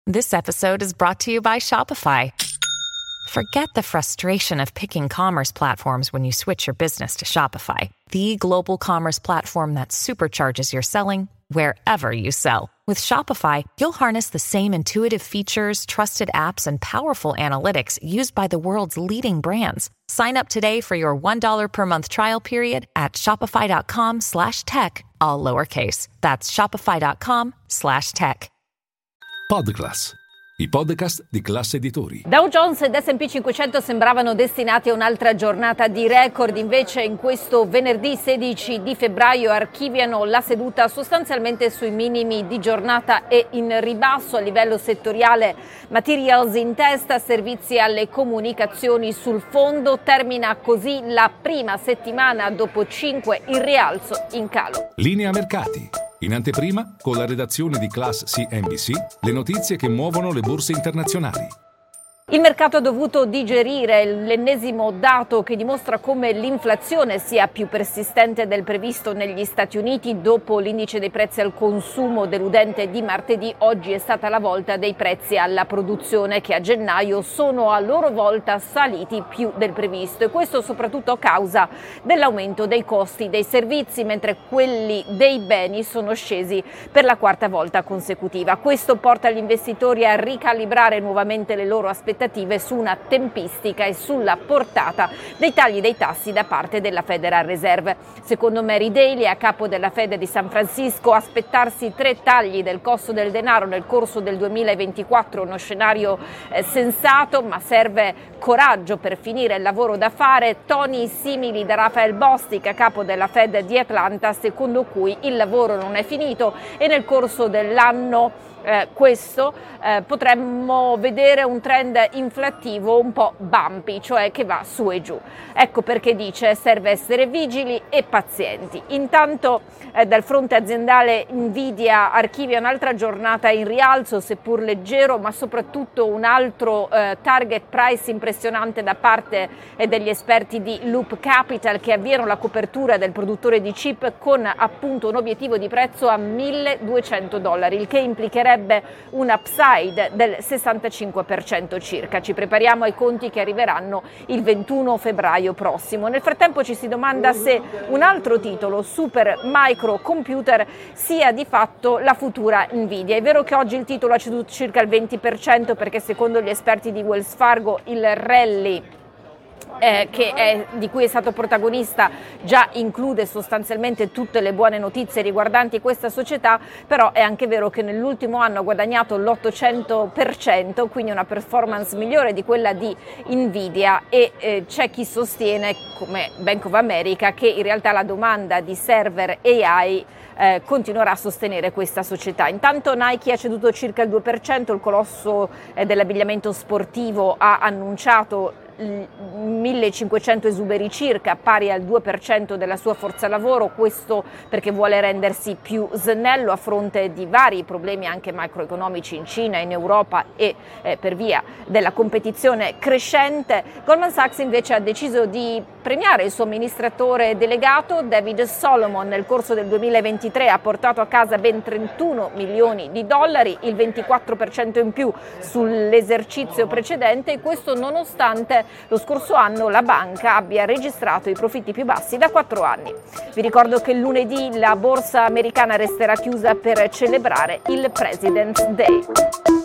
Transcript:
This episode is brought to you by Shopify. Forget the frustration of picking commerce platforms when you switch your business to Shopify, the global commerce platform that supercharges your selling wherever you sell. With Shopify, you'll harness the same intuitive features, trusted apps, and powerful analytics used by the world's leading brands. Sign up today for your $1 per month trial period at shopify.com/tech, all lowercase. That's shopify.com/tech. Podclass, i podcast di Class Editori. Dow Jones ed S&P 500 sembravano destinati a un'altra giornata di record, invece in questo venerdì 16 di febbraio archiviano la seduta sostanzialmente sui minimi di giornata e in ribasso a livello settoriale. Materials in testa, servizi alle comunicazioni sul fondo. Termina così la prima settimana dopo 5 in rialzo in calo. Linea mercati. In anteprima, con la redazione di Class CNBC, le notizie che muovono le borse internazionali. Il mercato ha dovuto digerire l'ennesimo dato che dimostra come l'inflazione sia più persistente del previsto negli Stati Uniti. Dopo l'indice dei prezzi al consumo deludente di martedì, oggi è stata la volta dei prezzi alla produzione, che a gennaio sono a loro volta saliti più del previsto, e questo soprattutto a causa dell'aumento dei costi dei servizi, mentre quelli dei beni sono scesi per la quarta volta consecutiva. Questo porta gli investitori a ricalibrare nuovamente le loro aspettative su una tempistica e sulla portata dei tagli dei tassi da parte della Federal Reserve. Secondo Mary Daly, a capo della Fed di San Francisco, aspettarsi 3 tagli del costo del denaro nel corso del 2024 è uno scenario sensato, ma serve coraggio per finire il lavoro da fare. Toni simili da Raphael Bostic, a capo della Fed di Atlanta, secondo cui il lavoro non è finito e nel corso dell'anno potremmo vedere un trend inflattivo un po' bumpy, cioè che va su e giù. Ecco perché dice serve essere vigili e pazienti. Intanto dal fronte aziendale Nvidia archivia un'altra giornata in rialzo, seppur leggero, ma soprattutto un altro target price impressionante da parte degli esperti di Loop Capital, che avviano la copertura del produttore di chip con appunto un obiettivo di prezzo a $1.200, il che implicherebbe un upside del 65% circa. Ci prepariamo ai conti che arriveranno il 21 febbraio prossimo. Nel frattempo ci si domanda se un altro titolo, Super Micro Computer, sia di fatto la futura Nvidia. È vero che oggi il titolo ha ceduto circa il 20%, perché secondo gli esperti di Wells Fargo il rally di cui è stato protagonista già include sostanzialmente tutte le buone notizie riguardanti questa società, però è anche vero che nell'ultimo anno ha guadagnato l'800%, quindi una performance migliore di quella di Nvidia, e c'è chi sostiene, come Bank of America, che in realtà la domanda di server AI continuerà a sostenere questa società. Intanto Nike ha ceduto circa il 2%, il colosso dell'abbigliamento sportivo ha annunciato 1.500 esuberi circa, pari al 2% della sua forza lavoro, questo perché vuole rendersi più snello a fronte di vari problemi anche macroeconomici in Cina, in Europa e per via della competizione crescente. Goldman Sachs invece ha deciso di premiare il suo amministratore delegato David Solomon. Nel corso del 2023 ha portato a casa ben $31 milioni, il 24% in più sull'esercizio precedente, e questo nonostante lo scorso anno la banca abbia registrato i profitti più bassi da 4 anni. Vi ricordo che lunedì la borsa americana resterà chiusa per celebrare il President's Day.